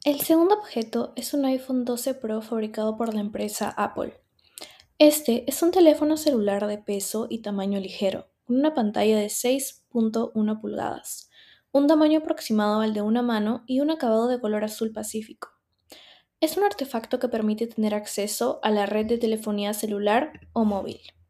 El segundo objeto es un iPhone 12 Pro fabricado por la empresa Apple. Este es un teléfono celular de peso y tamaño ligero, con una pantalla de 6.1 pulgadas, un tamaño aproximado al de una mano y un acabado de color azul pacífico. Es un artefacto que permite tener acceso a la red de telefonía celular o móvil.